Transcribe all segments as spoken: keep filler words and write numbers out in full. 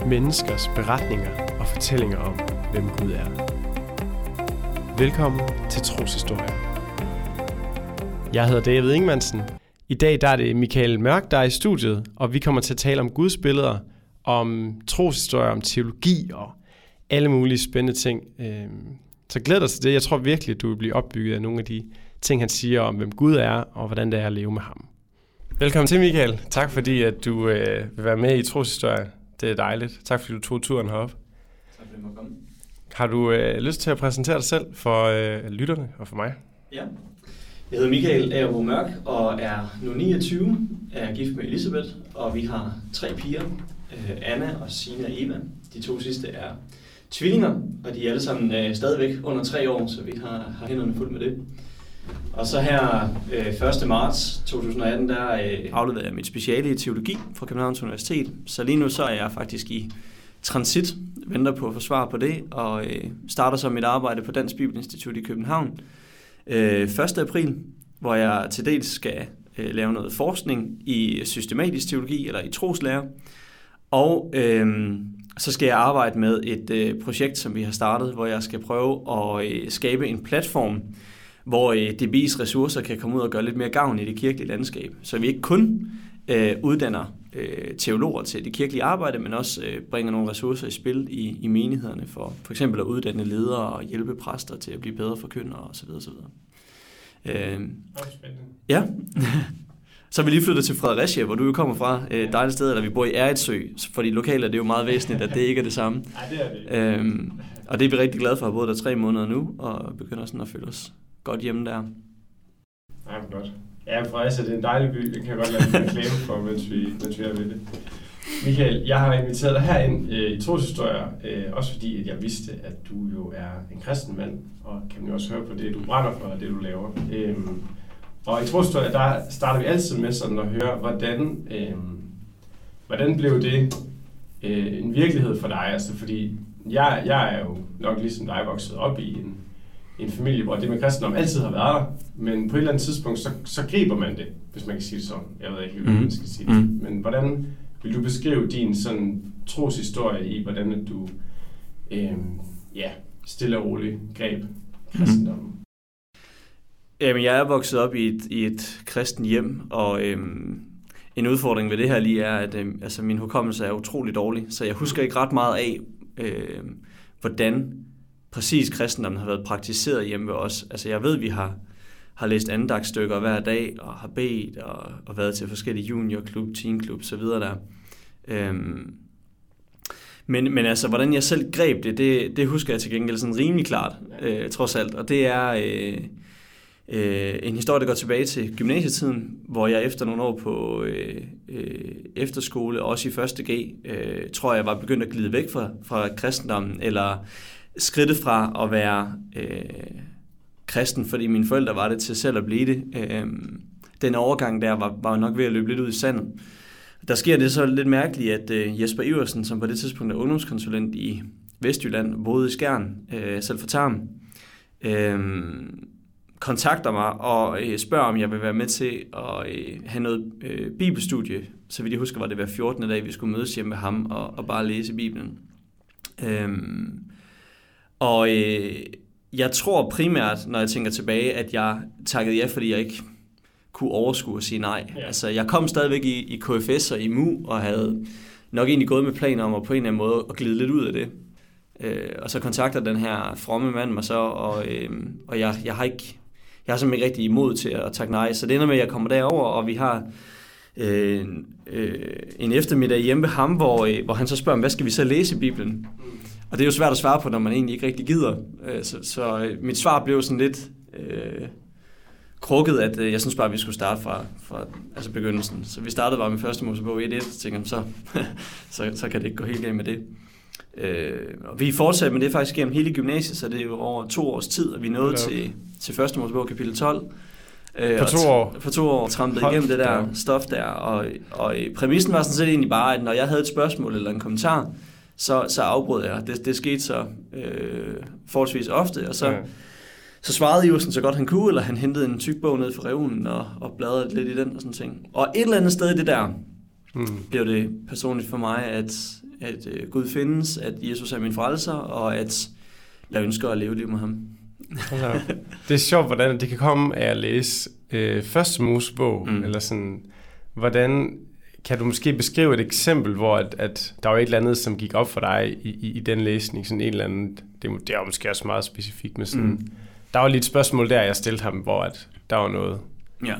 menneskers beretninger og fortællinger om, hvem Gud er. Velkommen til Troshistorier. Jeg hedder David Ingemannsen. I dag der er det Michael Mørk, der er i studiet, og vi kommer til at tale om Guds billeder, om troshistorier, om teologi og alle mulige spændende ting. Så glæd dig til det. Jeg tror virkelig, at du vil blive opbygget af nogle af de ting, han siger om, hvem Gud er, og hvordan det er at leve med ham. Velkommen til, Michael. Tak fordi, at du øh, vil være med i Troshistorier. Det er dejligt. Tak fordi du tog turen herop. Tak fordi du måtte komme. Har du øh, lyst til at præsentere dig selv for øh, lytterne og for mig? Ja. Jeg hedder Michael Agerbo Mørk og er nu niogtyve, er gift med Elisabeth, og vi har tre piger, øh, Anna og Sina og Eva. De to sidste er tvillinger, og de er alle sammen øh, stadigvæk under tre år, så vi har, har hænderne fuldt med det. Og så her øh, første marts to tusind og atten, der øh, afleverede jeg mit speciale i teologi fra Københavns Universitet. Så lige nu så er jeg faktisk i transit, venter på at få svar på det, og øh, starter så mit arbejde på Dansk Bibelinstitut i København øh, første april, hvor jeg til dels skal øh, lave noget forskning i systematisk teologi eller i troslære. Og øh, så skal jeg arbejde med et øh, projekt, som vi har startet, hvor jeg skal prøve at øh, skabe en platform, hvor øh, D B I's ressourcer kan komme ud og gøre lidt mere gavn i det kirkelige landskab. Så vi ikke kun øh, uddanner øh, teologer til det kirkelige arbejde, men også øh, bringer nogle ressourcer i spil i, i menighederne for for eksempel at uddanne ledere og hjælpe præster til at blive bedre forkyndere osv. osv. Øh, ja. Så er vi lige flyttet til Fredericia, hvor du jo kommer fra, et dejligt sted, eller vi bor i Erritsø, fordi lokalt er det jo meget væsentligt, at det ikke er det samme. Nej, det er det. Øhm, og det er vi rigtig glade for at have boet der tre måneder nu, og begynder sådan at føle os godt hjemme der. Nej, hvor godt. Ja, Fredericia, det er en dejlig by, det kan jeg godt lade en reklame for, mens vi, mens vi er ved det. Michael, jeg har inviteret dig herind øh, i Troshistorier, øh, også fordi at jeg vidste, at du jo er en kristen mand, og kan man jo også høre på det, du brænder for, og det du laver. Øhm, Og i Troshistorier, der starter vi altid med sådan at høre, hvordan, øh, hvordan blev det øh, en virkelighed for dig? Altså, fordi jeg, jeg er jo nok ligesom dig vokset op i en, en familie, hvor det med kristendom altid har været der, men på et eller andet tidspunkt, så, så griber man det, hvis man kan sige det sådan. Jeg ved ikke, hvordan man skal sige det. Mm. Men hvordan vil du beskrive din sådan troshistorie i, hvordan du øh, ja, stille og roligt greb kristendommen? Mm. Jamen, jeg er vokset op i et, i et kristen hjem, og øhm, en udfordring ved det her lige er, at øhm, altså, min hukommelse er utrolig dårlig, så jeg husker ikke ret meget af, øh, hvordan præcis kristendommen har været praktiseret hjemme ved os. Altså, jeg ved, vi har, har læst andagtstykker hver dag, og har bedt, og, og været til forskellige juniorklub, teenklub, så videre der. Øhm, men, men altså, hvordan jeg selv greb det, det, det husker jeg til gengæld sådan rimelig klart, øh, trods alt, og det er... Øh, Øh, en historie, der går tilbage til gymnasietiden, hvor jeg efter nogle år på øh, øh, efterskole, også i første G, øh, tror jeg var begyndt at glide væk fra, fra kristendommen, eller skridtet fra at være øh, kristen, fordi mine forældre var det til selv at blive det. Øh, den overgang der var, var nok ved at løbe lidt ud i sandet. Der sker det så lidt mærkeligt, at øh, Jesper Iversen, som på det tidspunkt er ungdomskonsulent i Vestjylland, boede i Skjern, øh, selv for Tarm, øh, kontakter mig og øh, spørger, om jeg vil være med til at øh, have noget øh, bibelstudie. Så vidt jeg husker, var det hver fjortende dag, vi skulle mødes hjemme med ham og, og bare læse Bibelen. Øhm, og øh, jeg tror primært, når jeg tænker tilbage, at jeg takkede ja, fordi jeg ikke kunne overskue at sige nej. Ja. Altså, jeg kom stadigvæk i, i K F S og i M U og havde nok egentlig gået med planer om at på en eller anden måde at glide lidt ud af det. Øh, og så kontakter den her fromme mand mig så, og, øh, og jeg, jeg har ikke... Jeg har simpelthen ikke rigtig imod til at takke nej, så det ender med, at jeg kommer derover, og vi har øh, øh, en eftermiddag hjemme ved ham, hvor, øh, hvor han så spørger, hvad skal vi så læse i Bibelen? Og det er jo svært at svare på, når man egentlig ikke rigtig gider. Øh, så så øh, mit svar blev sådan lidt øh, krukket, at øh, jeg synes bare, at vi skulle starte fra, fra altså begyndelsen. Så vi startede bare med første Mosebog et et, og tænkte, så, så, så kan det ikke gå helt galt med det. Øh, og vi fortsatte med det faktisk gennem hele gymnasiet, så det er jo over to års tid, og vi nåede ja. til, til første Mosebog kapitel tolv. Øh, for to år? For to år trampede igennem det der stof der, og, og præmissen var sådan set egentlig bare, at når jeg havde et spørgsmål eller en kommentar, så, så afbrød jeg. Det, det skete så øh, forholdsvis ofte, og så, ja. så svarede Iversen så godt han kunne, eller han hentede en tyk bog ned fra reolen og, og bladrede lidt i den og sådan ting. Og et eller andet sted i det der, mm. blev det personligt for mig, at at øh, Gud findes, at Jesus er min frelser, og at jeg ønsker at leve liv med ham. Altså, det er sjovt, hvordan det kan komme af at læse øh, første Mosebog, mm. eller sådan, hvordan kan du måske beskrive et eksempel, hvor at, at der var et eller andet, som gik op for dig i, i, i den læsning, sådan en eller anden, det, det er jo måske også meget specifikt, men sådan, mm. der var lige et spørgsmål der, jeg stillede ham, hvor at der var noget. Ja.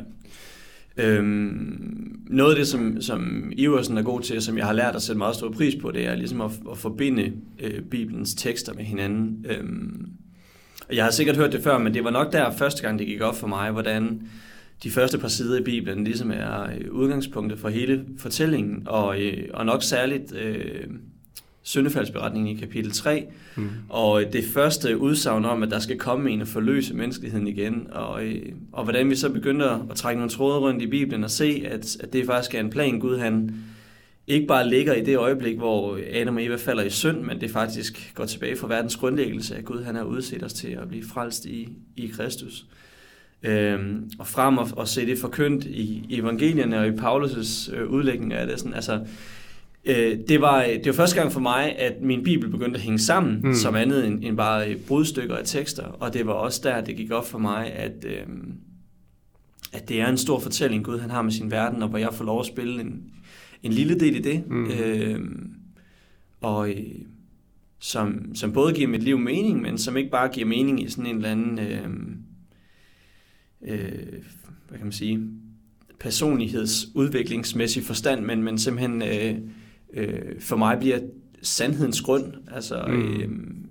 Øhm, noget af det, som, som Iversen er god til, som jeg har lært at sætte meget stor pris på, det er ligesom at, at forbinde øh, Bibelens tekster med hinanden. Øhm, jeg har sikkert hørt det før, men det var nok der første gang, det gik op for mig, hvordan de første par sider i Bibelen ligesom er udgangspunktet for hele fortællingen, og, øh, og nok særligt øh, syndefaldsberetningen i kapitel tre, mm. og det første udsagn om, at der skal komme en og forløse menneskeligheden igen, og, øh, og hvordan vi så begynder at trække nogle tråde rundt i Bibelen og se, at, at det faktisk er en plan, Gud han ikke bare ligger i det øjeblik, hvor Adam og Eva falder i synd, men det faktisk går tilbage fra verdens grundlæggelse, at Gud han har udset os til at blive frelst i, i Kristus. Øhm, og frem og, og se det forkyndt i, i evangelierne og i Paulus' øh, udlægning af det. Sådan, altså, øh, det, var, det var første gang for mig, at min bibel begyndte at hænge sammen, mm. som andet end, end bare brudstykker af tekster. Og det var også der, det gik op for mig, at, øh, at det er en stor fortælling, Gud han har med sin verden, og hvor jeg får lov at spille en, en lille del i det. Mm. Øh, og øh, som, som både giver mit liv mening, men som ikke bare giver mening i sådan en eller anden... Øh, Øh, hvad kan man sige, personlighedsudviklingsmæssig forstand, men, men simpelthen øh, øh, for mig bliver sandhedens grund. Altså, mm. øh,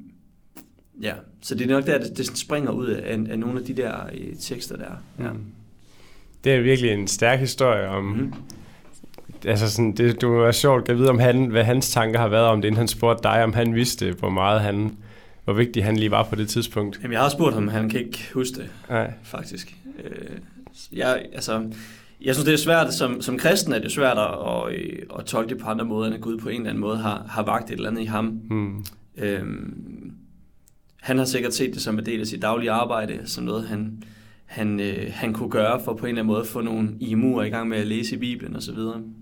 ja. Så det er nok der, det, det springer ud af, af nogle af de der øh, tekster der. Ja. Mm. Det er virkelig en stærk historie om... Mm. Altså sådan, det, det var sjovt at vide, om han, hvad hans tanker har været om det, inden han spurgte dig, om han vidste, hvor meget han... hvor vigtig han lige var på det tidspunkt. Jamen, jeg har spurgt ham, han kan ikke huske det, Nej. faktisk. Øh, jeg, altså, jeg synes, det er svært, som, som kristen er det svært at, at, at tolke det på andre måder, end at Gud på en eller anden måde har, har vagt et eller andet i ham. Hmm. Øhm, han har sikkert set det som en del af sit daglige arbejde, som noget, han, han, øh, han kunne gøre for på en eller anden måde at få nogle I M U'er i gang med at læse i Bibelen osv.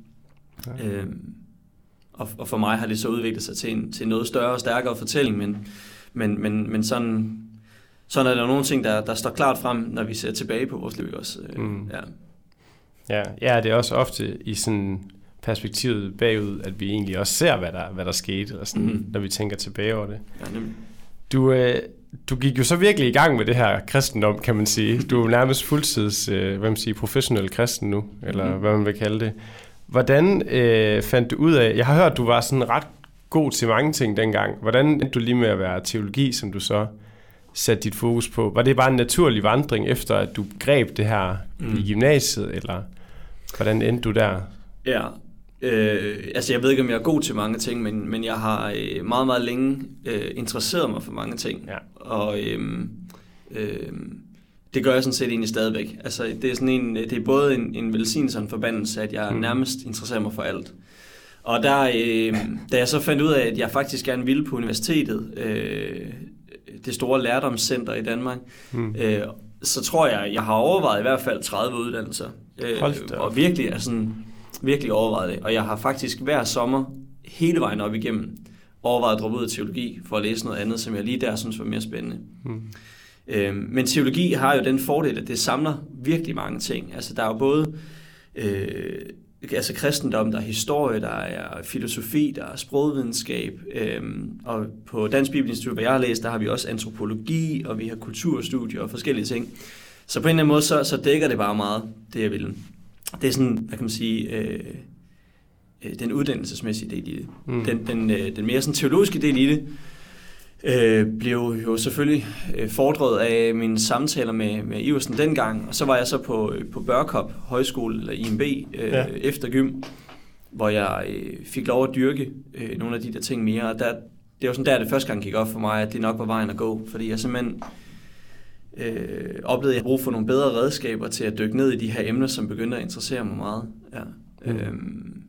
Ja. Øhm, og, og for mig har det så udviklet sig til en til noget større og stærkere fortælling, men Men, men, men sådan, sådan er der nogle ting, der, der står klart frem, når vi ser tilbage på vores liv også. Mm. Ja. Ja, ja, det er også ofte i sådan perspektivet bagud, at vi egentlig også ser, hvad der, hvad der skete, eller sådan, mm. når vi tænker tilbage over det. Ja, du, øh, du gik jo så virkelig i gang med det her kristendom, kan man sige. Du er nærmest fuldtids, øh, hvad man siger, professionel kristen nu, eller mm. hvad man vil kalde det. Hvordan øh, fandt du ud af, jeg har hørt, du var sådan ret god til mange ting dengang. Hvordan endte du lige med at være teologi, som du så satte dit fokus på? Var det bare en naturlig vandring efter, at du greb det her mm. i gymnasiet, eller hvordan endte du der? Ja, øh, altså jeg ved ikke, om jeg er god til mange ting, men, men jeg har øh, meget, meget længe øh, interesseret mig for mange ting. Ja. Og øh, øh, det gør jeg sådan set egentlig stadigvæk. Altså det er, sådan en, det er både en, en velsignelse og en forbandelse, at jeg mm. nærmest interesserer mig for alt. Og der, øh, da jeg så fandt ud af, at jeg faktisk gerne ville på universitetet, øh, det store lærdomscenter i Danmark, mm. øh, så tror jeg, jeg har overvejet i hvert fald tredive uddannelser. Øh, og virkelig, altså, virkelig overvejet det. Og jeg har faktisk hver sommer, hele vejen op igennem, overvejet at droppe ud af teologi, for at læse noget andet, som jeg lige der synes var mere spændende. Mm. Øh, men teologi har jo den fordel, at det samler virkelig mange ting. Altså der er jo både... Øh, altså kristendom, der er historie, der er filosofi, der er sprogvidenskab, øhm, og på Dansk Bibelinstitut, hvad jeg har læst, der har vi også antropologi, og vi har kulturstudier og forskellige ting. Så på en eller anden måde, så, så dækker det bare meget, det jeg vil. Det er sådan, hvad kan man sige, øh, øh, den uddannelsesmæssige del i det. Mm. Den, den, øh, den mere sådan teologiske del i det, Øh, blev jo selvfølgelig øh, fordret af mine samtaler med, med Iversen dengang, og så var jeg så på, på Børkop Højskole, eller I M B, øh, ja. efter gym, hvor jeg øh, fik lov at dyrke øh, nogle af de der ting mere, og der, det var sådan der, det første gang gik op for mig, at det nok var vejen at gå, fordi jeg simpelthen øh, oplevede, at jeg brug for nogle bedre redskaber til at dykke ned i de her emner, som begyndte at interessere mig meget. Ja. Mm. Øhm,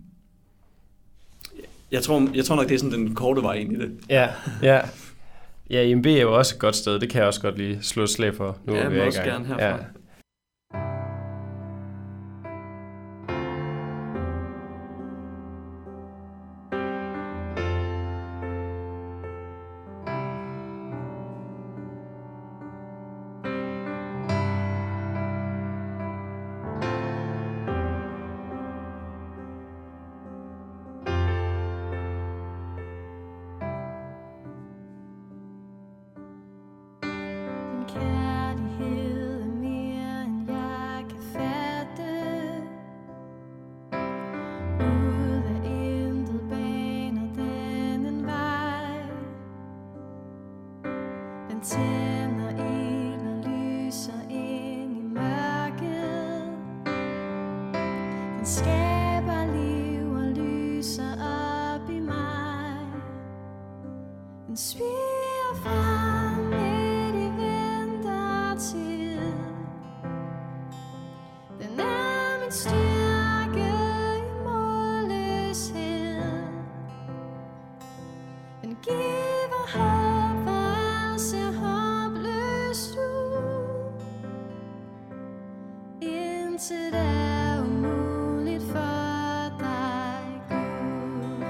jeg, tror, jeg tror nok, det er sådan den korte vej ind i det. Ja, ja. Ja, I M B er jo også et godt sted. Det kan jeg også godt lige slå et slag for. Nu ja, er vi også i gang. Gerne herfra. Ja. Den skaber liv og lyser op i mig. Den spirer frem midt i vintertid. Den er min styrke i målløshed. Den giver håb, hvor alt ser håbløst ud. Intet er umuligt for dig, Gud.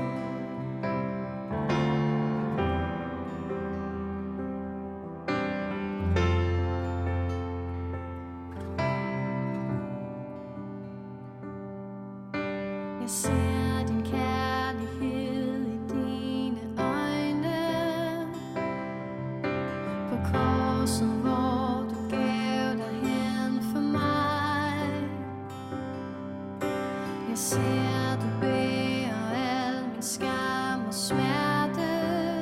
Jeg ser din kærlighed i dine øjne. På korset, hvor du gav dig hen for mig. Jeg ser, du bærer al min skam og smerte,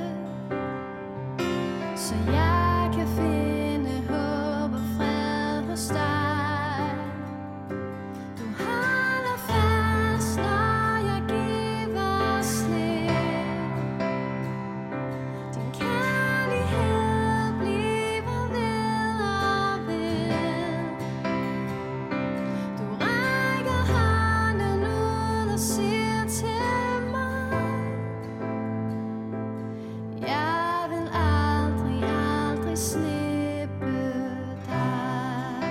så jeg kan finde håb og fred hos dig. Du holder fast, når jeg giver slip. Din kærlighed bliver ved og ved. Du rækker hånden ud og siger til mig, jeg vil aldrig, aldrig slippe dig.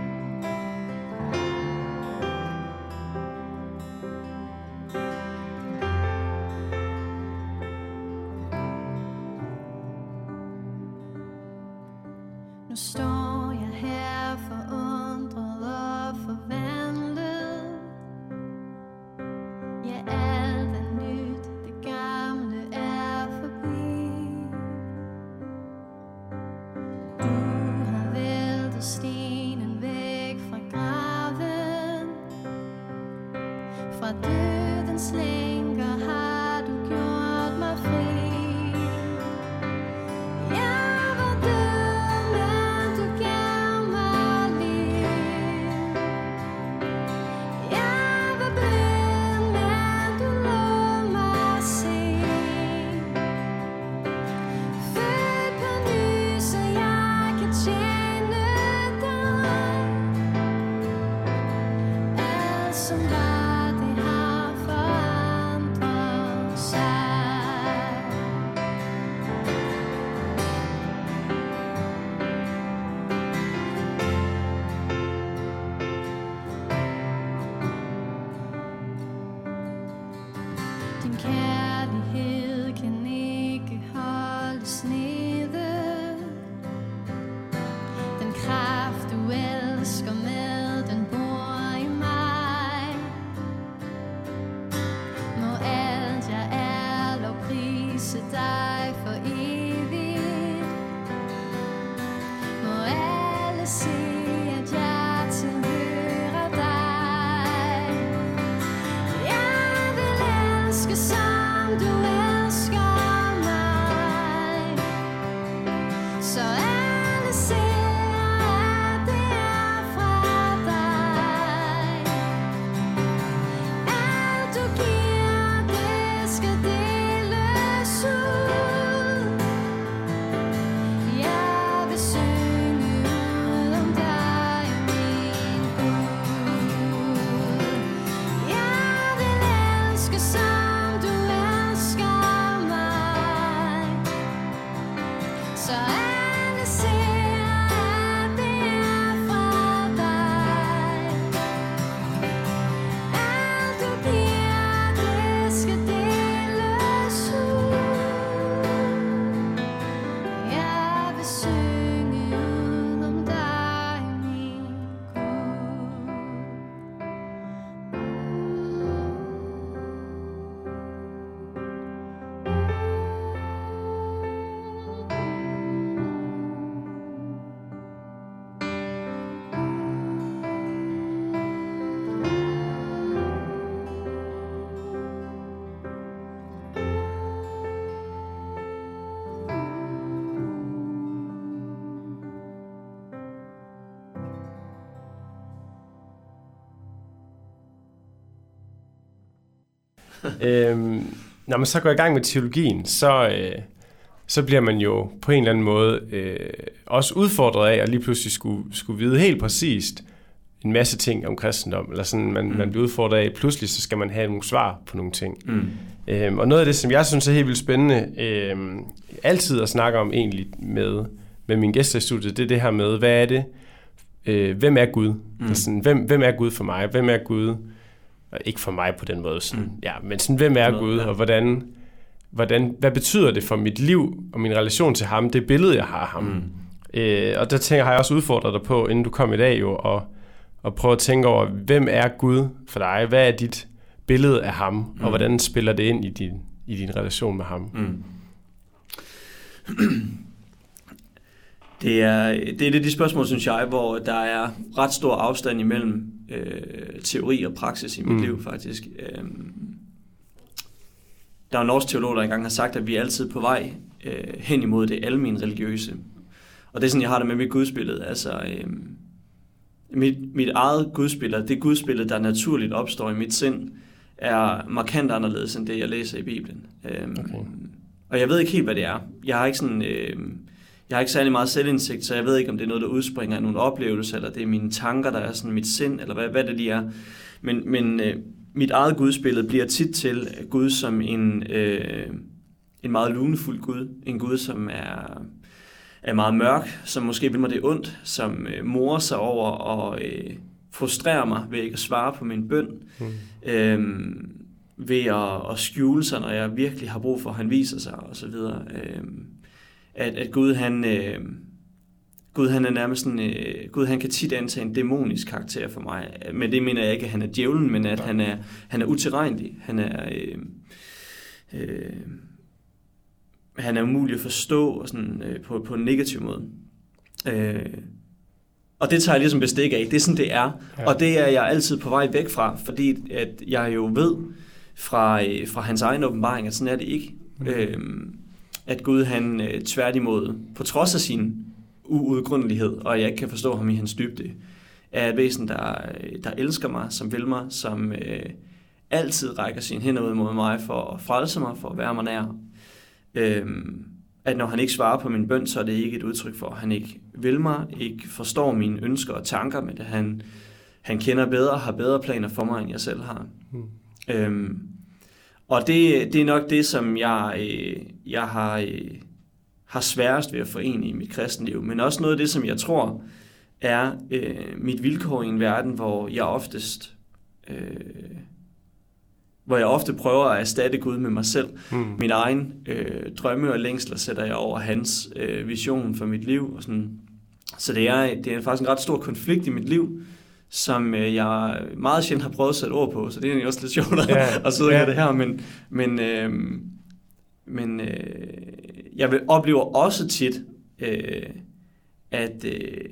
Nu står jeg her forundret og forvandlet. Ja, alt er nyt, det gamle er forbi. Du har væltet stenen væk fra graven. Fra dødens lænker har du gjort mig fri. Jeg var død, men du gav mig liv. Jeg var blind, men du lod mig se. Født på ny, så jeg kan tjene dig. Alt som var, det har forandret øhm, når man så går i gang med teologien, så, øh, så bliver man jo på en eller anden måde øh, også udfordret af at lige pludselig skulle, skulle vide helt præcist en masse ting om kristendom, eller sådan, man, mm. man bliver udfordret af, pludselig så skal man have nogle svar på nogle ting. Mm. Øhm, og noget af det, som jeg synes er helt vildt spændende, øhm, altid at snakke om egentlig med, med mine gæster i studiet, det er det her med, hvad er det, øh, hvem er Gud? Mm. Altså, hvem, hvem er Gud for mig? Hvem er Gud? Og ikke for mig på den måde, sådan, mm. ja, men sådan, hvem er Gud, og hvordan, hvordan, hvad betyder det for mit liv og min relation til ham, det billede, jeg har af ham? Mm. Øh, og der tænker, har jeg også udfordret dig på, inden du kom i dag, jo, og, og prøve at tænke over, hvem er Gud for dig? Hvad er dit billede af ham, mm. og hvordan spiller det ind i din, i din relation med ham? Mm. Det er, det er det de spørgsmål, synes jeg, hvor der er ret stor afstand imellem øh, teori og praksis i mit mm. liv, faktisk. Øh, der er en norsk teolog, der engang har sagt, at vi er altid på vej øh, hen imod det almen religiøse. Og det er sådan, jeg har det med mit gudsbillede. Altså, øh, mit, mit eget gudsbillede, det gudsbillede, der naturligt opstår i mit sind, er markant anderledes end det, jeg læser i Bibelen. Øh, okay. Og jeg ved ikke helt, hvad det er. Jeg har ikke sådan... Øh, Jeg har ikke særlig meget selvindsigt, så jeg ved ikke, om det er noget, der udspringer af nogle oplevelser, eller det er mine tanker, der er sådan mit sind, eller hvad, hvad det lige er. Men, men øh, mit eget gudsbillede bliver tit til Gud som en, øh, en meget lunefuld Gud. En Gud, som er, er meget mørk, som måske vil mig det ondt, som øh, morer sig over og øh, frustrerer mig ved ikke at svare på min bøn. Mm. Øh, ved at, at skjule sig, når jeg virkelig har brug for, at han viser sig, og så videre. Øh, At, at Gud, han, øh, Gud, han er nærmest sådan, øh, Gud, han kan tit antage en dæmonisk karakter for mig. Men det mener jeg ikke, at han er djævlen, men at han er, han er utilregnelig. Han er, øh, øh, han er umulig at forstå og sådan, øh, på, på en negativ måde. Øh, og det tager jeg ligesom bestik af. Det er sådan, det er. Ja. Og det er jeg altid på vej væk fra, fordi at jeg jo ved fra, øh, fra hans egen åbenbaring, at sådan er det ikke. Mm. Øh, at Gud, han øh, tværtimod, på trods af sin uudgrundelighed, og jeg ikke kan forstå ham i hans dybde, er et væsen, der, der elsker mig, som vil mig, som øh, altid rækker sine hænder ud mod mig for at frelse mig, for at være mig nær. Øhm, at når han ikke svarer på min bøn, så er det ikke et udtryk for, at han ikke vil mig, ikke forstår mine ønsker og tanker, men at han, han kender bedre, har bedre planer for mig, end jeg selv har. Mm. Øhm, Og det, det er nok det, som jeg, øh, jeg har, øh, har sværest ved at forene i mit kristenliv. Men også noget af det, som jeg tror er øh, mit vilkår i en verden, hvor jeg oftest, øh, hvor jeg ofte prøver at erstatte Gud med mig selv. Mm. Min egen øh, drømme og længsler sætter jeg over hans øh, vision for mit liv. Og sådan. Så det er, det er faktisk en ret stor konflikt i mit liv, som øh, jeg meget sjældent har prøvet at sætte ord på, så det er egentlig også lidt sjovt at, yeah. at sidde og yeah. det her, men, men, øh, men øh, jeg vil opleve også tit, øh, at, øh,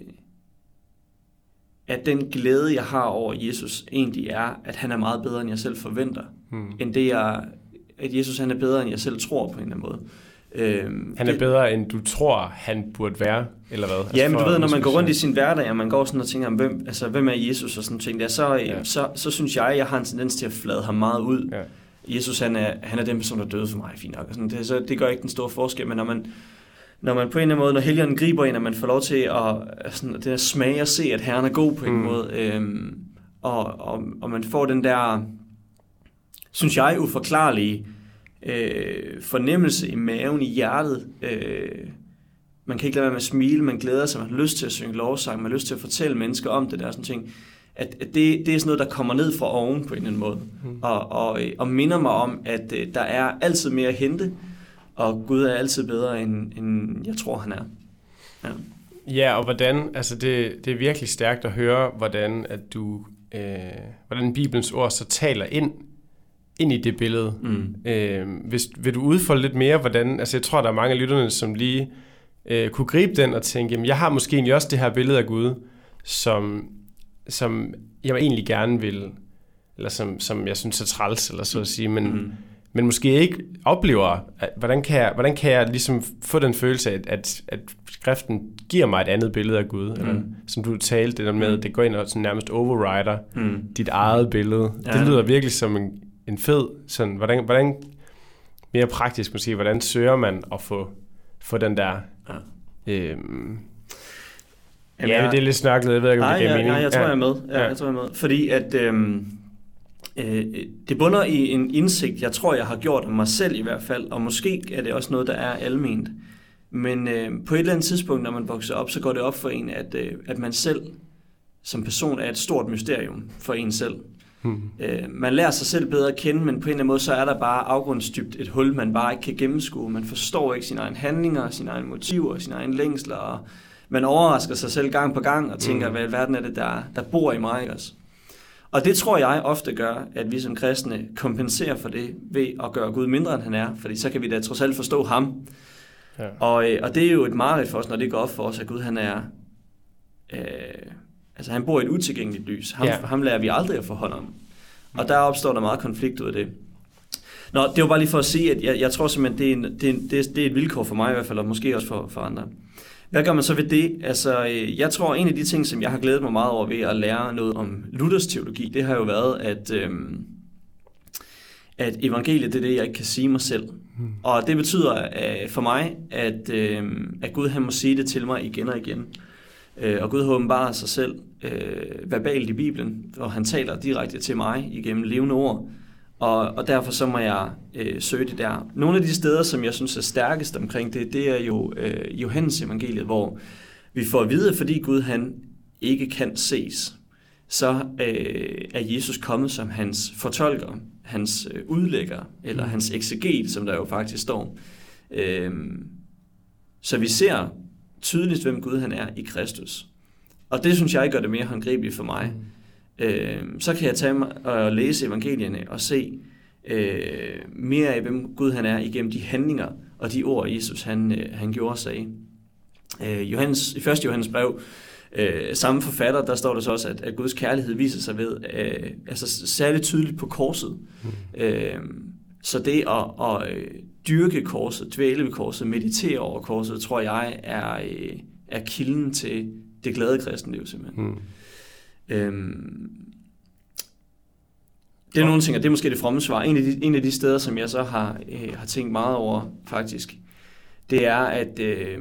at den glæde, jeg har over Jesus, egentlig er, at han er meget bedre, end jeg selv forventer, hmm. end det, jeg, at Jesus han er bedre, end jeg selv tror på en eller anden måde. Øhm, han er det, bedre, end du tror, han burde være, eller hvad? Ja, altså, men du ved, når man går rundt i sin hverdag, og man går sådan og tænker, hvem, altså, hvem er Jesus og sådan ting der, så, ja. så, så synes jeg, jeg har en tendens til at flade ham meget ud. Ja. Jesus, han er, han er den person, der døde for mig, fint nok. Og sådan, det, så det gør ikke den store forskel, men når man, når man på en eller anden måde, når Helligånden griber ind, og man får lov til at, sådan, det der smage og se, at Herren er god på en mm. måde, øhm, og, og, og man får den der, synes jeg, uforklarlige Øh, fornemmelse i maven, i hjertet. Øh, man kan ikke lade være med at smile, man glæder sig, man har lyst til at synge lovsang, man har lyst til at fortælle mennesker om det der, sådan ting. At, at det, det er sådan noget, der kommer ned fra oven på en eller anden måde, mm. og, og, og minder mig om, at øh, der er altid mere at hente, og Gud er altid bedre, end, end jeg tror, han er. Ja, ja og hvordan, altså det, det er virkelig stærkt at høre, hvordan, at du, øh, hvordan Bibelens ord så taler ind ind i det billede. Mm. Øh, hvis, vil du udfolde lidt mere, hvordan, altså jeg tror, der er mange af lytterne, som lige øh, kunne gribe den og tænke, jamen jeg har måske egentlig også det her billede af Gud, som, som jeg egentlig gerne vil, eller som, som jeg synes er træls, eller så at sige, men, mm. men måske ikke oplever, at, hvordan, kan jeg, hvordan kan jeg ligesom få den følelse af, at, at skriften giver mig et andet billede af Gud, mm. eller som du talte det der med, mm. det går ind og sådan nærmest overrider mm. dit eget billede. Ja. Det lyder virkelig som en en fed, sådan, hvordan, hvordan, mere praktisk måske, hvordan søger man at få, få den der, ja, øhm, Jamen, ja, jeg, det er lidt snørklet, jeg ved ikke, om nej, det giver ja, mening. Nej, jeg tror, ja. jeg er med. Ja, ja. Jeg tror, jeg er med. Fordi at øhm, øh, det bunder i en indsigt, jeg tror, jeg har gjort af mig selv i hvert fald, og måske er det også noget, der er alment. Men øh, på et eller andet tidspunkt, når man vokser op, så går det op for en, at, øh, at man selv som person er et stort mysterium for en selv. Hmm. Øh, man lærer sig selv bedre at kende, men på en eller anden måde, så er der bare afgrundsdybt et hul, man bare ikke kan gennemskue. Man forstår ikke sine egne handlinger, sine egne motiver, sine egne længsler, og man overrasker sig selv gang på gang og tænker, mm. hvad i verden er det, der, der bor i mig, ikke også? Og det tror jeg ofte gør, at vi som kristne kompenserer for det ved at gøre Gud mindre, end han er, fordi så kan vi da trods alt forstå ham. Ja. Og, og det er jo et mareridt for os, når det går op for os, at Gud han er, øh, altså han bor i et utilgængeligt lys. Ham, ja. ham lærer vi aldrig at få hånd om. Og der opstår der meget konflikt ud af det. Nå, det var bare lige for at sige, at jeg, jeg tror simpelthen, det er, en, det, er en, det, er, det er et vilkår for mig i hvert fald, og måske også for, for andre. Hvad gør man så ved det? Altså, jeg tror, en af de ting, som jeg har glædet mig meget over ved at lære noget om Luthers teologi, det har jo været, at, øhm, at evangeliet, det er det, jeg ikke kan sige mig selv. Hmm. Og det betyder øh, for mig, at, øh, at Gud han må sige det til mig igen og igen. Øh, og Gud har åbenbaret sig selv øh, verbalt i Bibelen, og han taler direkte til mig igennem levende ord. Og, og derfor så må jeg øh, søge det der. Nogle af de steder, som jeg synes er stærkest omkring det, det er jo øh, Johannes evangeliet, hvor vi får at vide, at fordi Gud han ikke kan ses, så øh, er Jesus kommet som hans fortolker, hans øh, udlægger, eller hans ekseget, som der jo faktisk står. Øh, så vi ser tydeligt, hvem Gud han er i Kristus. Og det synes jeg gør det mere håndgribeligt for mig. Øh, så kan jeg tage mig og læse evangelierne og se øh, mere af, hvem Gud han er igennem de handlinger og de ord, Jesus han, øh, han gjorde og sagde. Øh, Johannes, i første Johannes brev, øh, samme forfatter, der står der så også, at, at Guds kærlighed viser sig ved, øh, altså særligt tydeligt på korset. Mm. Øh, så det at, at øh, dyrke korset, dvæle ved korset, meditere over korset, tror jeg er, øh, er kilden til det glade kristenliv simpelthen. Mm. Øhm, det er nogle ting, og det er måske det fromme svar. En af de, en af de steder, som jeg så har, øh, har tænkt meget over, faktisk, det er, at, øh,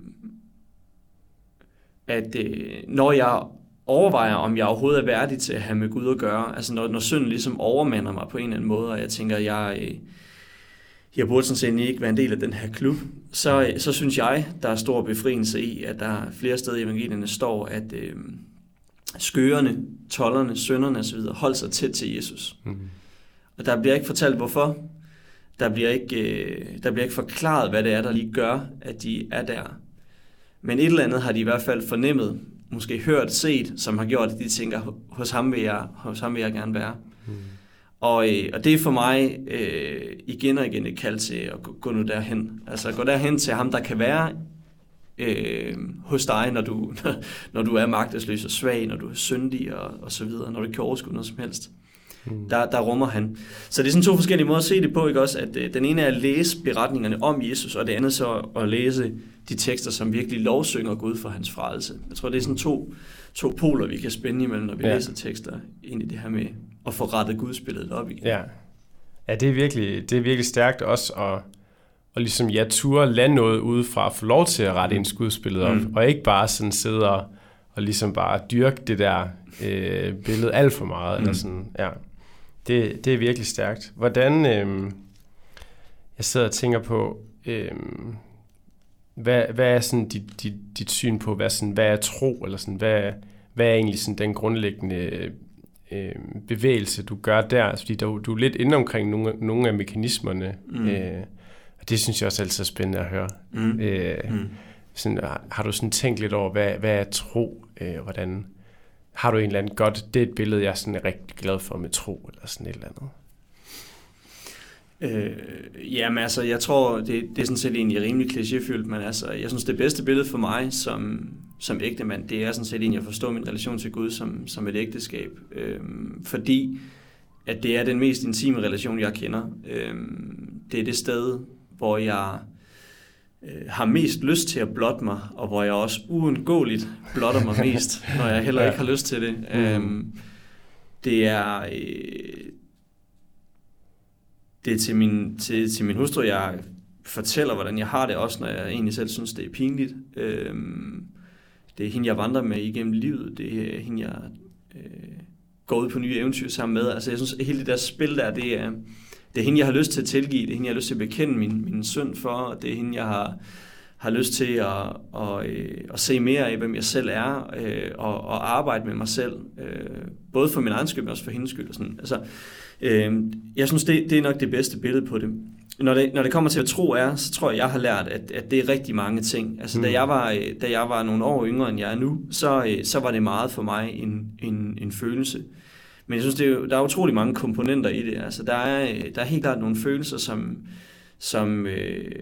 at øh, når jeg overvejer, om jeg overhovedet er værdig til at have med Gud at gøre, altså når, når synden ligesom overmander mig på en eller anden måde, og jeg tænker, at jeg, øh, jeg burde sådan set ikke være en del af den her klub, så, så synes jeg, der er stor befrielse i, at der flere steder i evangelierne står, at øh, skørerne, tolderne, synderne osv. holdt sig tæt til Jesus. Mm. Og der bliver ikke fortalt, hvorfor. Der bliver, ikke, øh, der bliver ikke forklaret, hvad det er, der lige gør, at de er der. Men et eller andet har de i hvert fald fornemmet, måske hørt, set, som har gjort, at de tænker, hos ham vil jeg, hos ham vil jeg gerne være. Mm. Og, øh, og det er for mig øh, igen og igen et kald til at gå, gå nu derhen. Altså gå derhen til ham, der kan være Øh, hos dig, når du, når du er magtesløs og svag, når du er syndig og, og så videre, når du ikke kan overskue noget som helst. Mm. Der, der rummer han. Så det er sådan to forskellige måder at se det på, ikke også? At øh, den ene er at læse beretningerne om Jesus, og det andet så at læse de tekster, som virkelig lovsynger Gud for hans frelse. Jeg tror, det er sådan to, to poler, vi kan spænde imellem, når vi ja. læser tekster ind i det her med at få rettet Gudsbilledet op igen. Ja, ja det, er virkelig, det er virkelig stærkt også at og ligesom jeg turde lade noget udefra at få lov til at rette ens gudsbillede op, mm. og ikke bare sådan sidde og, og ligesom bare dyrke det der øh, billede alt for meget. Mm. Eller sådan, ja. det, det er virkelig stærkt. Hvordan, øh, jeg sidder og tænker på, øh, hvad, hvad er sådan dit, dit, dit syn på, hvad, sådan, hvad er tro, eller sådan, hvad, hvad er egentlig sådan den grundlæggende øh, bevægelse, du gør der? Fordi du, du er lidt inde omkring nogle, nogle af mekanismerne, mm. øh, og det synes jeg også altid er spændende at høre. Mm. Øh, mm. Sådan, har, har du sådan tænkt lidt over, hvad, hvad er tro? Øh, hvordan har du en eller anden godt, det er et billede, jeg sådan er rigtig glad for med tro, eller sådan et eller andet? Øh, jamen altså, jeg tror, det, det er sådan set egentlig rimelig klichéfyldt, men altså, jeg synes, det bedste billede for mig som, som ægtemand, det er sådan set egentlig at forstå min relation til Gud som, som et ægteskab. Øh, fordi at det er den mest intime relation, jeg kender. Øh, det er det sted, hvor jeg øh, har mest lyst til at blotte mig, og hvor jeg også uundgåeligt blotter mig mest, når jeg heller ikke har lyst til det. Mm. Øhm, det er... Øh, det er til min, til, til min hustru, jeg fortæller, hvordan jeg har det, også når jeg egentlig selv synes, det er pinligt. Øhm, det er hende, jeg vandrer med igennem livet. Det er hende, jeg øh, går ud på nye eventyr sammen med. Altså, jeg synes, at hele det der spil der, det er, det er hende, jeg har lyst til at tilgive. Det er hende, jeg har lyst til at bekende min, min synd for. Det er hende, jeg har, har lyst til at, at, at, at se mere af, hvem jeg selv er, øh, og, og arbejde med mig selv. Øh, både for min egen skyld, men også for hendes skyld. Og sådan. Altså, øh, jeg synes, det, det er nok det bedste billede på det. Når det, når det kommer til at tro er, så tror jeg, jeg har lært, at, at det er rigtig mange ting. Altså, mm. da, jeg var, da jeg var nogle år yngre, end jeg er nu, så, så var det meget for mig en, en, en følelse. Men jeg synes, det er jo, der er utrolig mange komponenter i det. Altså, der er, der er helt klart nogle følelser, som, som, øh,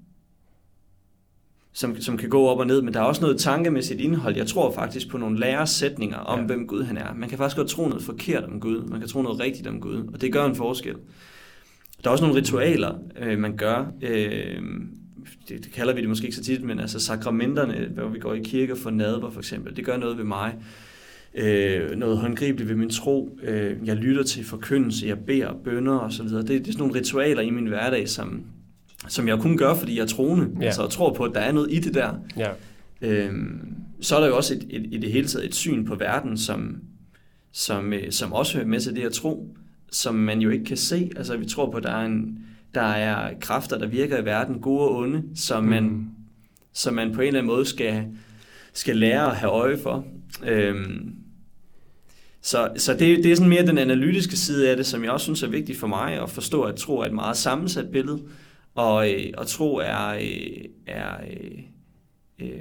som, som kan gå op og ned, men der er også noget tankemæssigt indhold. Jeg tror faktisk på nogle læresætninger om, ja. hvem Gud han er. Man kan faktisk godt tro noget forkert om Gud, man kan tro noget rigtigt om Gud, og det gør en forskel. Der er også nogle ritualer, øh, man gør. Øh, det, det kalder vi det måske ikke så tit, men altså sakramenterne, hvor vi går i kirke og får nadver for eksempel, det gør noget ved mig. Øh, noget håndgribeligt ved min tro. Øh, jeg lytter til forkyndelse, jeg beder bønner og så videre. Det, det er sådan nogle ritualer i min hverdag, som, som jeg kun gør, fordi jeg er troende. Ja. Altså, og tror på, at der er noget i det der. Ja. Øh, så er der jo også et, et, i det hele taget et syn på verden, som, som, som også hører med til det at tro, som man jo ikke kan se. Altså, vi tror på, at der er, en, der er kræfter, der virker i verden, gode og onde, som man, mm. som man på en eller anden måde skal, skal lære at have øje for. Øhm, så så det, det er sådan mere den analytiske side af det, som jeg også synes er vigtigt for mig at forstå, at tro er et meget sammensat billede, og, øh, og tro er... Øh, er øh, øh,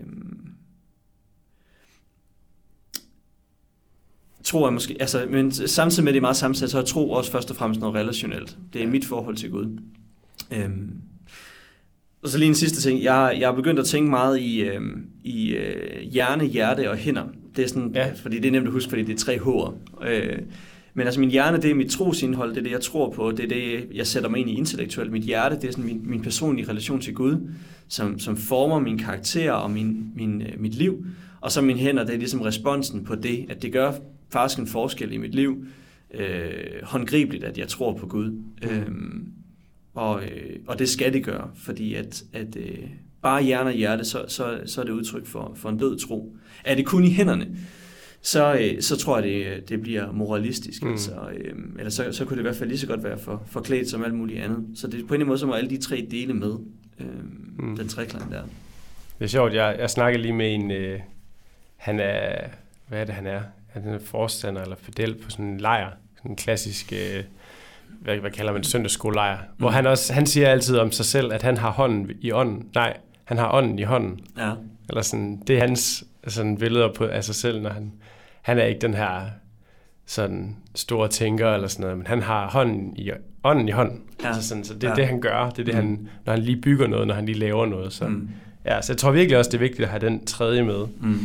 Tro er måske, altså, men samtidig med det er meget sammensat, så er tro også først og fremmest noget relationelt. Det er mit forhold til Gud. Øhm. Og så lige en sidste ting. Jeg, jeg har begyndt at tænke meget i, øhm, i øh, hjerne, hjerte og hænder. Det er sådan, ja. fordi det er nemt at huske, fordi det er tre H'er. Øh, men altså min hjerne, det er mit trosindhold, det er det, jeg tror på, det er det, jeg sætter mig ind i intellektuelt. Mit hjerte, det er sådan min, min personlige relation til Gud, som, som former min karakter og min, min, øh, mit liv. Og så mine hænder, det er ligesom responsen på det, at det gør faktisk en forskel i mit liv, øh, håndgribeligt, at jeg tror på Gud. Mm. Øhm, og, øh, og det skal det gøre, fordi at, at øh, bare hjerne og hjerte, så, så, så er det udtryk for, for en død tro. Er det kun i hænderne, så, øh, så tror jeg, det, det bliver moralistisk. Mm. Altså, øh, eller så, så kunne det i hvert fald lige så godt være for, forklædt som alt muligt andet. Så det, på en måde, så må alle de tre dele med, øh, mm. den treklang der. Det er sjovt, jeg, jeg snakker lige med en, øh, han er, hvad er det han er? Han er forstander eller pedel på sådan en lejr, sådan en klassisk, øh, hvad, hvad kalder man, søndagsskolelejr, mm. hvor han også, han siger altid om sig selv, at han har hånden i ånden, nej, han har ånden i hånden, ja. Eller sådan, det er hans sådan billeder på af sig selv, når han, han er ikke den her sådan store tænker eller sådan noget, men han har hånden i, ånden i hånden, ja. Altså sådan, så det er ja. det, han gør, det er det, mm. han, når han lige bygger noget, når han lige laver noget, så, mm. ja, så jeg tror virkelig også, det er vigtigt at have den tredje med. Mm.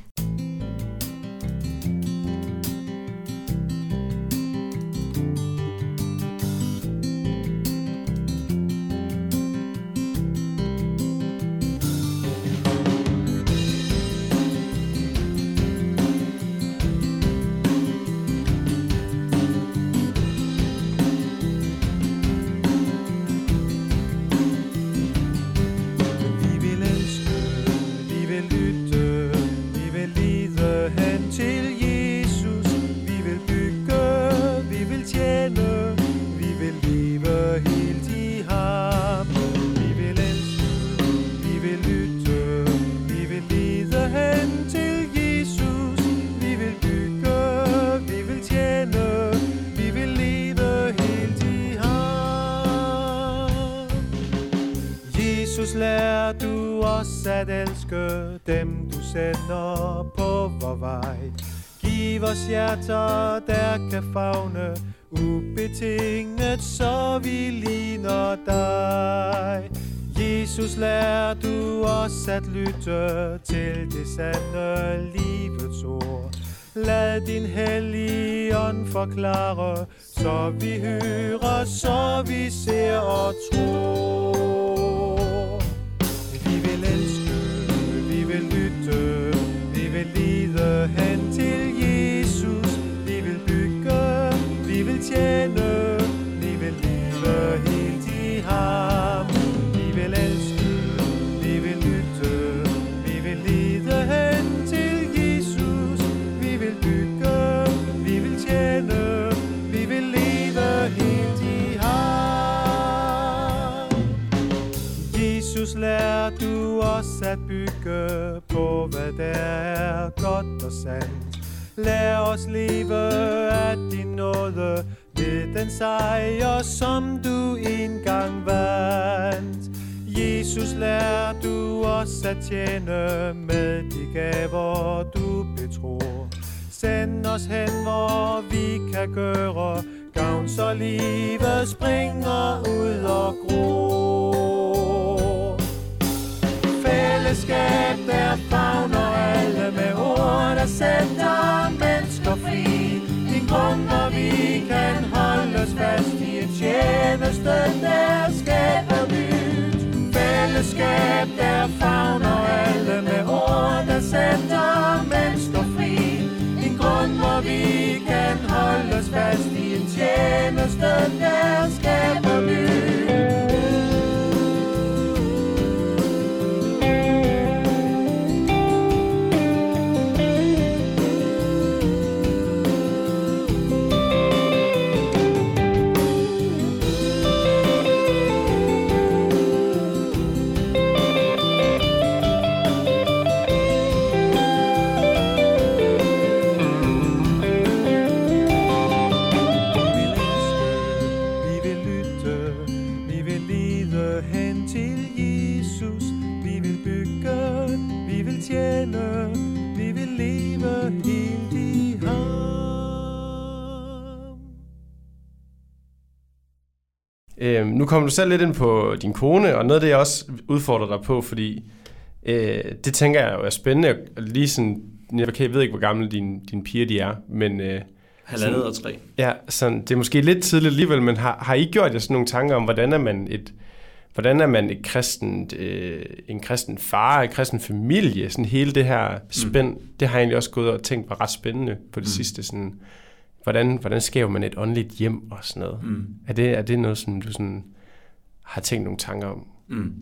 Lær du os at elske dem, du sender på vor vej. Giv os hjerter, der kan favne ubetinget, så vi ligner dig. Jesus, lær du os at lytte til det sande livets ord. Lad din hellige ånd forklare, så vi hører, så vi ser og tror. Vi vil elske, vi vil lytte, vi vil lide hen til Jesus. Vi vil bygge, vi vil tjene, vi vil leve helt. Jesus, lær du os at bygge på, hvad der er godt og sandt. Lær os leve af din nåde, ved den sejr, som du engang vandt. Jesus, lær du os at tjene med de gaver, du betror. Send os hen, hvor vi kan gøre gavn, så livet springer ud og gror. Fællesskab, der favner alle med ord, der sætter mennesker fri. En grund, hvor vi kan holdes fast i en tjeneste, der skaber nyt. Fællesskab, der favner alle med ord, der sætter mennesker fri. En grund, hvor vi kan holdes fast i en tjeneste, der skaber nyt. Øhm, nu kommer du selv lidt ind på din kone, og noget af det, jeg også udfordrer dig på, fordi øh, det tænker jeg jo er spændende. Lige sådan, jeg ved ikke, hvor gamle dine, dine piger de er, men... Øh, Halvandet sådan, og tre. Ja, sådan, det er måske lidt tidligt alligevel, men har, har I gjort jer sådan nogle tanker om, hvordan er man et, hvordan er man et kristent, øh, en kristen far, en kristen familie, sådan hele det her spænd, mm. det har jeg egentlig også gået og tænkt var ret spændende på det mm. sidste, sådan... Hvordan, hvordan skaber man et åndeligt hjem og sådan noget? Mm. Er, det, er det noget, som du sådan har tænkt nogle tanker om? Mm.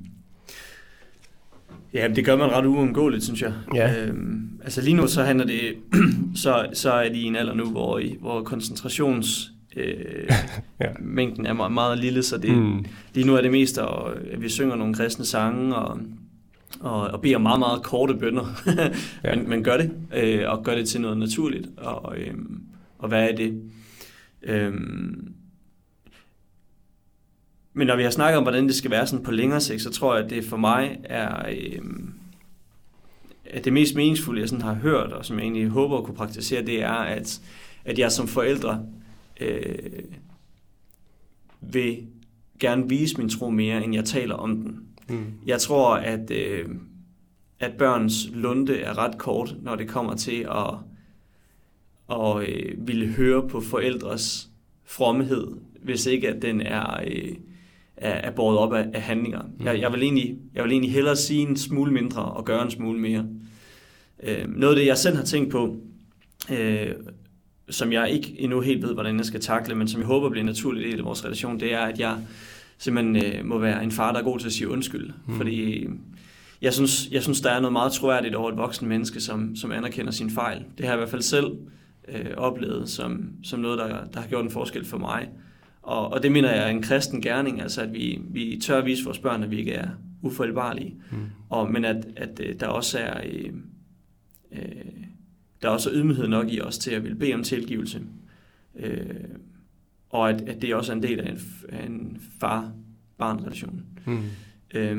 Ja, det gør man ret uundgåeligt, synes jeg. Ja. Øhm, altså lige nu så handler det, så, så er de i en alder nu, hvor, i, hvor koncentrations øh, ja. mængden er meget, meget lille, så det, mm. lige nu er det mest, at vi synger nogle kristne sange og, og, og beder meget, meget korte bønner. ja. men, men gør det, øh, og gør det til noget naturligt. Og, øh, Og hvad er det? Øhm, men når vi har snakket om, hvordan det skal være sådan på længere sigt, så tror jeg, at det for mig er øhm, at det mest meningsfulde, jeg sådan har hørt, og som jeg egentlig håber at kunne praktisere, det er, at, at jeg som forældre øh, vil gerne vise min tro mere, end jeg taler om den. Mm. Jeg tror, at, øh, at børns lunte er ret kort, når det kommer til at og øh, ville høre på forældres fromhed, hvis ikke at den er, øh, er, er båret op af, af handlinger. Mm. Jeg, jeg, vil egentlig, jeg vil egentlig hellere sige en smule mindre og gøre en smule mere. Øh, noget af det, jeg selv har tænkt på, øh, som jeg ikke endnu helt ved, hvordan jeg skal takle, men som jeg håber bliver en naturlig del af vores relation, det er, at jeg simpelthen øh, må være en far, der er god til at sige undskyld. Mm. Fordi jeg synes, jeg synes, der er noget meget troværdigt over et voksen menneske, som, som anerkender sin fejl. Det har jeg i hvert fald selv Øh, oplevet som, som noget, der, der har gjort en forskel for mig. Og, og det mener jeg er en kristen gerning, altså at vi, vi tør vise vores børn, at vi ikke er ufejlbarlige. Mm. Og, men at, at der også er øh, øh, der er også ydmyghed nok i os til at ville bede om tilgivelse. Øh, og at, at det også er en del af en, af en far-barn-relation. Mm. Øh,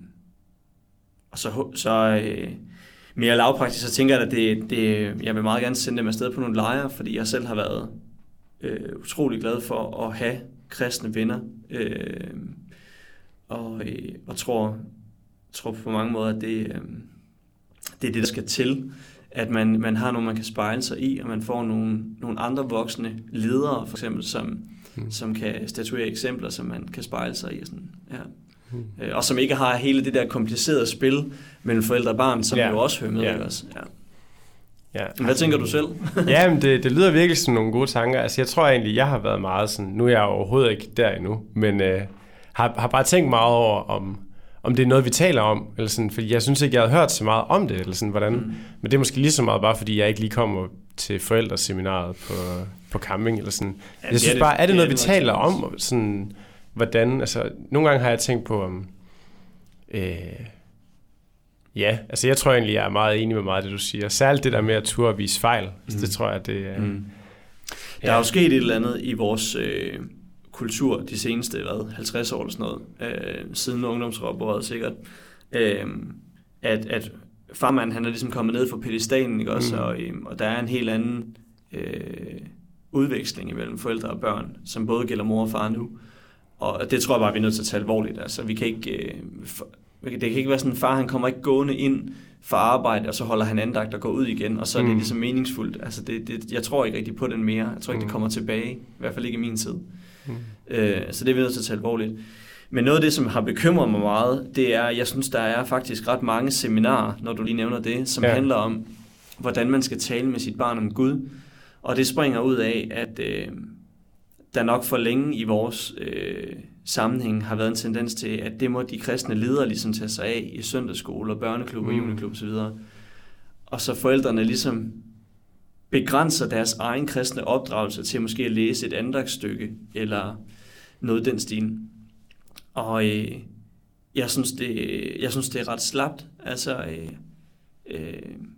og så... så øh, mere lavpraktisk, så tænker jeg, at det, det, jeg vil meget gerne sende dem afsted på nogle lejre, fordi jeg selv har været øh, utrolig glad for at have kristne venner, øh, og, øh, og tror, tror på mange måder, at det, øh, det er det, der skal til, at man, man har nogen, man kan spejle sig i, og man får nogle, nogle andre voksne ledere, for eksempel, som, mm. som kan statuere eksempler, som man kan spejle sig i. Og sådan, ja. Hmm. Og som ikke har hele det der komplicerede spil mellem forældre og barn, som ja. jo også hører med. Ja. Også. Ja. Ja. Hvad tænker du selv? Ja, men det, det lyder virkelig som nogle gode tanker. Altså, jeg tror egentlig, jeg har været meget sådan, nu er jeg overhovedet ikke der endnu, men øh, har, har bare tænkt meget over, om, om det er noget, vi taler om, eller sådan, fordi jeg synes ikke, jeg havde hørt så meget om det, eller sådan, hvordan. Mm. Men det er måske lige så meget bare, fordi jeg ikke lige kommer til forældreseminaret på, på camping, eller sådan. Ja, jeg synes det, bare, er det, det noget, er vi taler om, sådan... Hvordan, altså, nogle gange har jeg tænkt på, om, øh, ja, altså jeg tror egentlig, jeg er meget enig med meget af det, du siger. Særligt det der med at turde at vise fejl. Mm. Det tror jeg, det er... Mm. Der er jo sket et eller andet i vores øh, kultur de seneste hvad, halvtreds år eller sådan noget, øh, siden ungdomsoprøret sikkert, øh, at, at farmanden han er ligesom kommet ned fra pedestalen, ikke også, mm. og, øh, og der er en helt anden øh, udveksling imellem forældre og børn, som både gælder mor og far nu, og det tror jeg bare, vi er nødt til at tage alvorligt. Altså, vi kan ikke, øh, for, det kan ikke være sådan, en far han kommer ikke gående ind for arbejde, og så holder han andagt og går ud igen, og så er det mm. ligesom meningsfuldt. Altså det, det, jeg tror ikke rigtig på den mere. Jeg tror ikke, mm. det kommer tilbage. I hvert fald ikke i min tid. Mm. Øh, så det er vi nødt til at tage alvorligt. Men noget af det, som har bekymret mig meget, det er, jeg synes, der er faktisk ret mange seminarer, når du lige nævner det, som ja. handler om, hvordan man skal tale med sit barn om Gud. Og det springer ud af, at øh, der nok for længe i vores øh, sammenhæng har været en tendens til, at det må de kristne ledere ligesom tage sig af i søndagsskole og børneklub og mm. juleklub osv. Og så forældrene ligesom begrænser deres egen kristne opdragelse til måske at læse et andagsstykke eller noget den stil. Og øh, jeg, synes, det, jeg synes, det er ret slapt. Altså, øh, øh,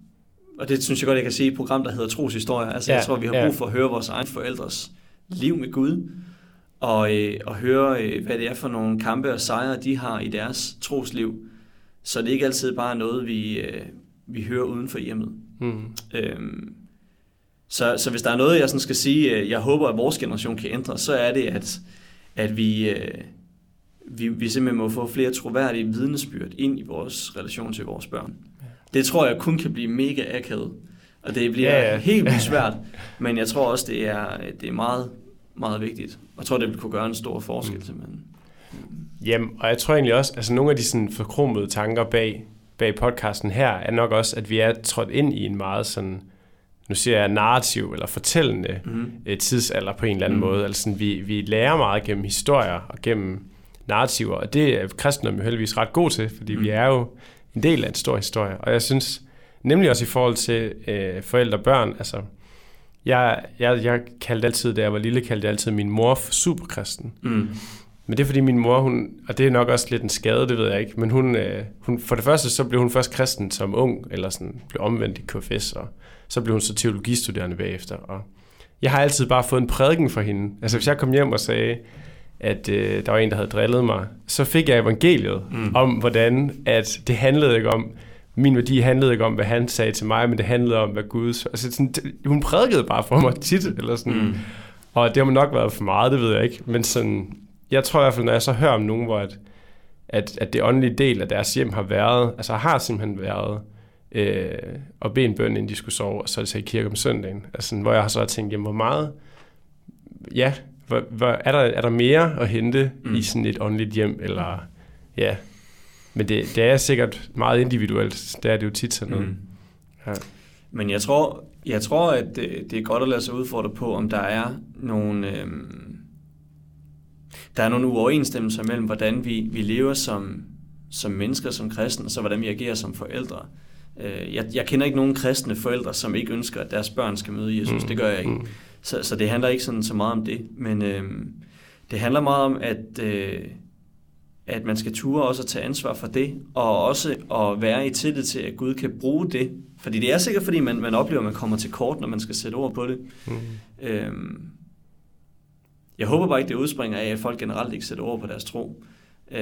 og det synes jeg godt, jeg kan se i et program, der hedder Troshistorie. Altså, ja, jeg tror, vi har brug for at høre vores egen forældres liv med Gud, og, øh, og høre, øh, hvad det er for nogle kampe og sejre, de har i deres trosliv. Så det er ikke altid bare noget, vi, øh, vi hører uden for hjemmet. Mm. Øhm, så, så hvis der er noget, jeg sådan skal sige, øh, jeg håber, at vores generation kan ændre, så er det, at, at vi, øh, vi, vi simpelthen må få flere troværdige vidnesbyrd ind i vores relation til vores børn. Det tror jeg kun kan blive mega akavet, og det bliver ja, ja. helt vildt svært, men jeg tror også, det er, det er meget, meget vigtigt. Jeg tror, det vil kunne gøre en stor forskel, mm. simpelthen. Jamen, og jeg tror egentlig også, altså nogle af de sådan forkromede tanker bag, bag podcasten her, er nok også, at vi er trådt ind i en meget sådan, nu siger jeg narrativ eller fortællende mm. tidsalder på en eller anden mm. måde. Altså sådan, vi, vi lærer meget gennem historier og gennem narrativer, og det er kristendom jo heldigvis ret god til, fordi mm. vi er jo en del af en stor historie. Og jeg synes, nemlig også i forhold til øh, forældre og børn, altså, jeg, jeg, jeg kaldte altid, da jeg var lille, kaldte jeg altid min mor for superkristen. Mm. Men det er fordi min mor, hun, og det er nok også lidt en skade, det ved jeg ikke, men hun, øh, hun, for det første, så blev hun først kristen som ung, eller sådan, blev omvendt i K F S, og så blev hun så teologistuderende bagefter. Og jeg har altid bare fået en prædiken fra hende. Altså hvis jeg kom hjem og sagde, at øh, der var en, der havde drillet mig, så fik jeg evangeliet mm. om, hvordan at det handlede ikke om, min værdi handlede ikke om, hvad han sagde til mig, men det handlede om, hvad Gud... Altså sådan, hun prædikede bare for mig tit, eller sådan. Mm. Og det har nok været for meget, det ved jeg ikke, men sådan... Jeg tror i hvert fald, når jeg så hører om nogen, hvor at, at, at det åndelige del af deres hjem har været, altså har simpelthen været øh, at bede en bøn, inden de skulle sove, og så er det så i kirke om søndagen. Altså, hvor jeg har så tænkt, jamen, hvor meget, ja, hvor, hvor, er, der, er der mere at hente mm. i sådan et åndeligt hjem, eller, ja, men det, det er sikkert meget individuelt, det er det jo tit sådan noget. Mm. Ja. Men jeg tror, jeg tror, at det, det er godt at lade sig udfordre på, om der er nogle... Øh, Der er nogle uoverensstemmelser mellem, hvordan vi, vi lever som, som mennesker, som kristne, og så hvordan vi agerer som forældre. Jeg, jeg kender ikke nogen kristne forældre, som ikke ønsker, at deres børn skal møde Jesus. Mm. Det gør jeg ikke. Så, så det handler ikke sådan så meget om det. Men øh, det handler meget om, at, øh, at man skal ture også at tage ansvar for det, og også at være i tillid til, at Gud kan bruge det. Fordi det er sikkert, fordi man, man oplever, at man kommer til kort, når man skal sætte ord på det. Mm. Øh, Jeg håber bare ikke, det udspringer af, at folk generelt ikke sætter ord på deres tro. Øh,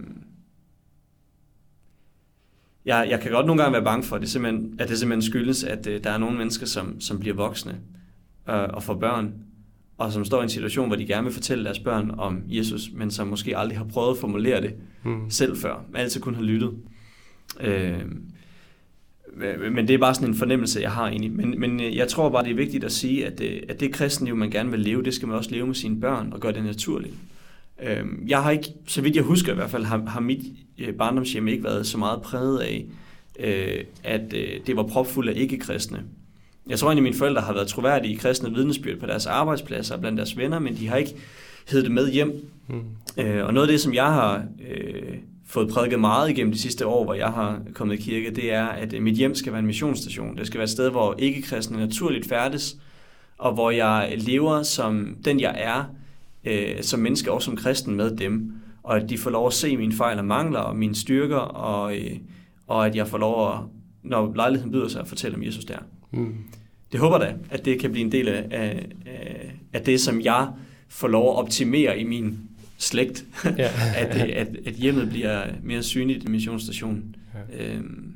jeg, jeg kan godt nogle gange være bange for, at det simpelthen, at det simpelthen skyldes, at øh, der er nogle mennesker, som, som bliver voksne øh, og får børn, og som står i en situation, hvor de gerne vil fortælle deres børn om Jesus, men som måske aldrig har prøvet at formulere det mm. selv før, men altid kun har lyttet. Øh, Men det er bare sådan en fornemmelse, jeg har egentlig. Men, men jeg tror bare, det er vigtigt at sige, at det, at det kristenliv, man gerne vil leve, det skal man også leve med sine børn og gøre det naturligt. Jeg har ikke, så vidt jeg husker i hvert fald, har, har mit barndomshjem ikke været så meget præget af, at det var propfuldt af ikke-kristne. Jeg tror egentlig, at mine forældre har været troværdige i kristne vidnesbyrd på deres arbejdspladser og blandt deres venner, men de har ikke heddet det med hjem. Mm. Og noget af det, som jeg har... fået prædiket meget igennem de sidste år, hvor jeg har kommet i kirke, det er, at mit hjem skal være en missionsstation. Det skal være et sted, hvor ikke-kristne naturligt færdes, og hvor jeg lever som den, jeg er, øh, som menneske og som kristen med dem. og at de får lov at se mine fejl og mangler og mine styrker, og, øh, og at jeg får lov at, når lejligheden byder sig, at fortælle om Jesus der. Mm. Det håber da, at det kan blive en del af, af, af det, som jeg får lov at optimere i min slægt, ja. at, at, at hjemmet bliver mere synligt i missionstationen. Ja. Øhm,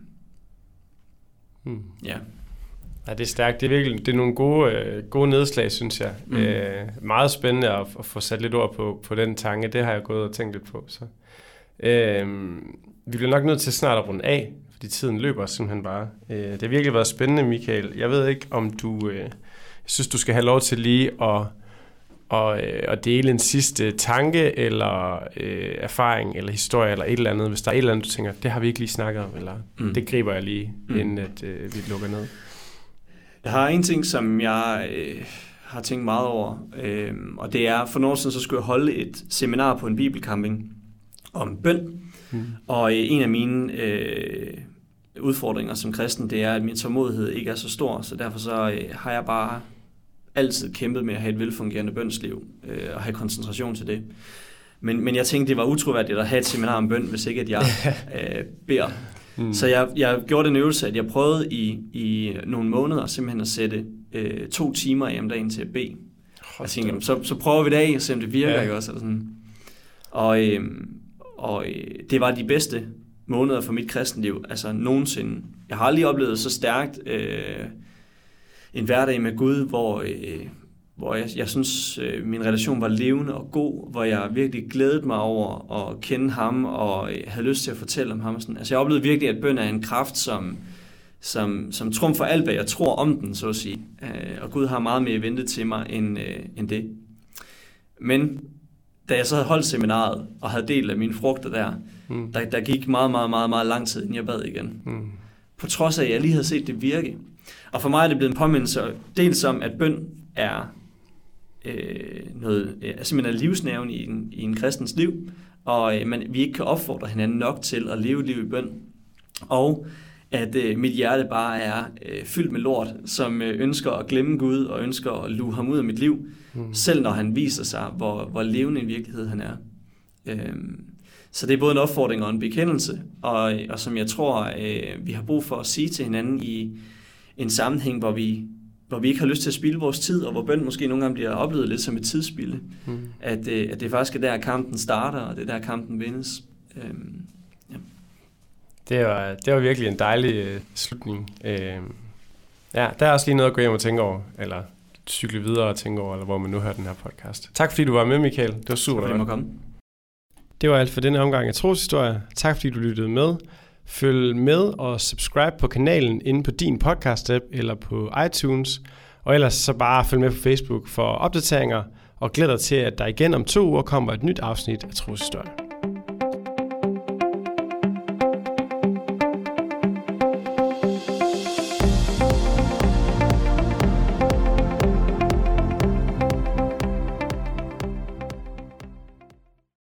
hmm. ja. Ja, det er stærkt. Det er virkelig det er nogle gode, øh, gode nedslag, synes jeg. Mm. Øh, meget spændende at, at få sat lidt ord på, på den tanke. Det har jeg gået og tænkt lidt på. Så. Øh, vi bliver nok nødt til snart at runde af, fordi tiden løber simpelthen bare. Øh, det har virkelig været spændende, Michael. Jeg ved ikke, om du... Øh, jeg synes, du skal have lov til lige at... Og, øh, og dele en sidste tanke, eller øh, erfaring, eller historie, eller et eller andet, hvis der er et eller andet, du tænker, det har vi ikke lige snakket om, eller mm. det griber jeg lige, mm. inden at øh, vi lukker ned. Jeg har en ting, som jeg øh, har tænkt meget over, øh, og det er, for nogle år siden, så skulle jeg holde et seminar på en bibelcamping om bøn, mm. og øh, en af mine øh, udfordringer som kristen, det er, at min tålmodighed ikke er så stor, så derfor så øh, har jeg bare altid kæmpet med at have et velfungerende bønsliv øh, og have koncentration til det. Men, men jeg tænkte, det var utroværdigt at have et seminar om bøn, hvis ikke at jeg øh, beder. Mm. Så jeg, jeg gjorde den øvelse, at jeg prøvede i, i nogle måneder simpelthen at sætte øh, to timer af om dagen til at bede. Jeg tænkte, så, så prøver vi det af og se, om det virker. Ja. Ikke også? Eller sådan. Og, øh, og øh, det var de bedste måneder for mit kristenliv, altså nogensinde. Jeg har aldrig oplevet så stærkt øh, en hverdag med Gud, hvor, øh, hvor jeg, jeg synes, øh, min relation var levende og god, hvor jeg virkelig glædede mig over at kende ham, og øh, havde lyst til at fortælle om ham. Sådan. Altså jeg oplevede virkelig, at bøn er en kraft, som, som, som trumfer alt, hvad jeg tror om den, så at sige. Øh, og Gud har meget mere ventet til mig, end, øh, end det. Men da jeg så havde holdt seminaret, og havde delt af mine frugter der, mm. der, der gik meget, meget, meget, meget lang tid, inden jeg bad igen. Mm. På trods af, at jeg lige havde set det virke. Og for mig er det blevet en påmindelse, dels om, at bøn er øh, noget, øh, simpelthen er livsnerven i en, i en kristens liv, og øh, man, vi ikke kan opfordre hinanden nok til at leve et liv i bøn. Og at øh, mit hjerte bare er øh, fyldt med lort, som øh, ønsker at glemme Gud, og ønsker at luge ham ud af mit liv, mm. selv når han viser sig, hvor, hvor levende en virkelighed han er. Øh, Så det er både en opfordring og en bekendelse, og, og som jeg tror, øh, vi har brug for at sige til hinanden i en sammenhæng, hvor vi, hvor vi ikke har lyst til at spilde vores tid, og hvor bøn måske nogle gange bliver oplevet lidt som et tidsspilde. Mm. At, øh, at det faktisk er der, kampen starter, og det er der, kampen vindes. Øhm, ja. det, var, det var virkelig en dejlig øh, slutning. Øh, ja, der er også lige noget at gå hjem og tænke over, eller cykle videre og tænke over, eller hvor man nu hører den her podcast. Tak fordi du var med, Michael. Det var super. Tak fordi komme. Det var alt for denne omgang af Troshistorie. Tak fordi du lyttede med. Følg med og subscribe på kanalen inde på din podcast-app eller på iTunes. Og ellers så bare følg med på Facebook for opdateringer. Og glæd dig til, at der igen om to uger kommer et nyt afsnit af Troshistorie.